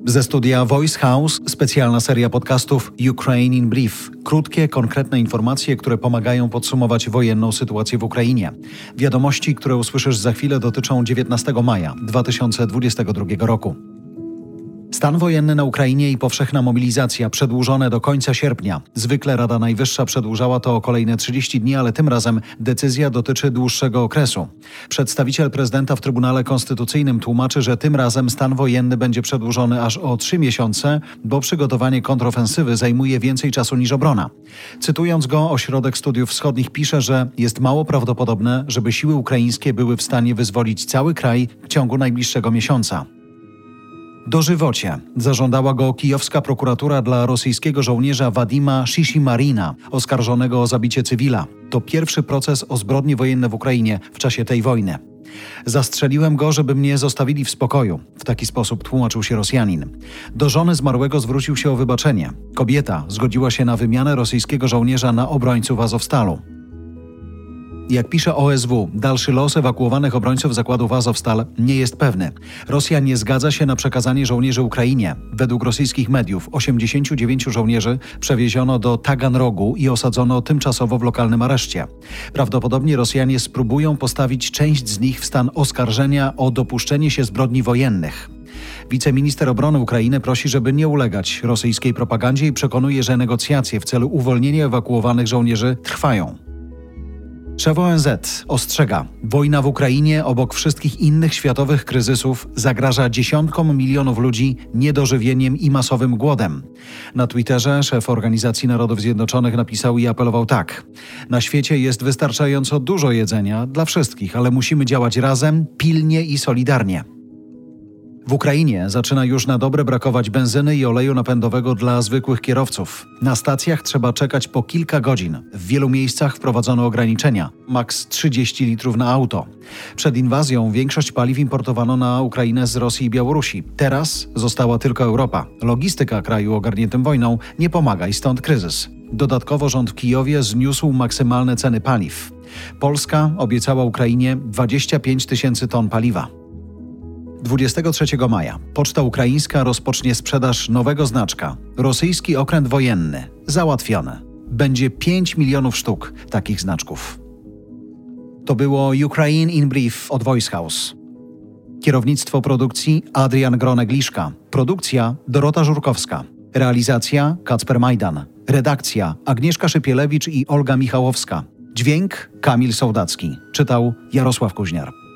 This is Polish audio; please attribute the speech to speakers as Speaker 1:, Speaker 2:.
Speaker 1: Ze studia Voice House specjalna seria podcastów Ukraine in Brief. Krótkie, konkretne informacje, które pomagają podsumować wojenną sytuację w Ukrainie. Wiadomości, które usłyszysz za chwilę, dotyczą 19 maja 2022 roku. Stan wojenny na Ukrainie i powszechna mobilizacja przedłużone do końca sierpnia. Zwykle Rada Najwyższa przedłużała to o kolejne 30 dni, ale tym razem decyzja dotyczy dłuższego okresu. Przedstawiciel prezydenta w Trybunale Konstytucyjnym tłumaczy, że tym razem stan wojenny będzie przedłużony aż o 3 miesiące, bo przygotowanie kontrofensywy zajmuje więcej czasu niż obrona. Cytując go, Ośrodek Studiów Wschodnich pisze, że jest mało prawdopodobne, żeby siły ukraińskie były w stanie wyzwolić cały kraj w ciągu najbliższego miesiąca. Dożywocie zażądała go kijowska prokuratura dla rosyjskiego żołnierza Wadima Shishimarina, oskarżonego o zabicie cywila. To pierwszy proces o zbrodnie wojenne w Ukrainie w czasie tej wojny. Zastrzeliłem go, żeby mnie zostawili w spokoju. W taki sposób tłumaczył się Rosjanin. Do żony zmarłego zwrócił się o wybaczenie. Kobieta zgodziła się na wymianę rosyjskiego żołnierza na obrońców Azowstalu. Jak pisze OSW, dalszy los ewakuowanych obrońców zakładów Azowstal nie jest pewny. Rosja nie zgadza się na przekazanie żołnierzy Ukrainie. Według rosyjskich mediów 89 żołnierzy przewieziono do Taganrogu i osadzono tymczasowo w lokalnym areszcie. Prawdopodobnie Rosjanie spróbują postawić część z nich w stan oskarżenia o dopuszczenie się zbrodni wojennych. Wiceminister obrony Ukrainy prosi, żeby nie ulegać rosyjskiej propagandzie i przekonuje, że negocjacje w celu uwolnienia ewakuowanych żołnierzy trwają. Szef ONZ ostrzega, wojna w Ukrainie obok wszystkich innych światowych kryzysów zagraża dziesiątkom milionów ludzi niedożywieniem i masowym głodem. Na Twitterze szef Organizacji Narodów Zjednoczonych napisał i apelował tak: na świecie jest wystarczająco dużo jedzenia dla wszystkich, ale musimy działać razem, pilnie i solidarnie. W Ukrainie zaczyna już na dobre brakować benzyny i oleju napędowego dla zwykłych kierowców. Na stacjach trzeba czekać po kilka godzin. W wielu miejscach wprowadzono ograniczenia. Maks 30 litrów na auto. Przed inwazją większość paliw importowano na Ukrainę z Rosji i Białorusi. Teraz została tylko Europa. Logistyka kraju ogarniętym wojną nie pomaga i stąd kryzys. Dodatkowo rząd w Kijowie zniósł maksymalne ceny paliw. Polska obiecała Ukrainie 25 tysięcy ton paliwa. 23 maja Poczta Ukraińska rozpocznie sprzedaż nowego znaczka. Rosyjski okręt wojenny. Załatwione. Będzie 5 milionów sztuk takich znaczków. To było Ukraine in Brief od Voice House. Kierownictwo produkcji Adrian Gronek-Liszka. Produkcja Dorota Żurkowska. Realizacja Kacper Majdan. Redakcja Agnieszka Szypielewicz i Olga Michałowska. Dźwięk Kamil Sołdacki. Czytał Jarosław Kuźniar.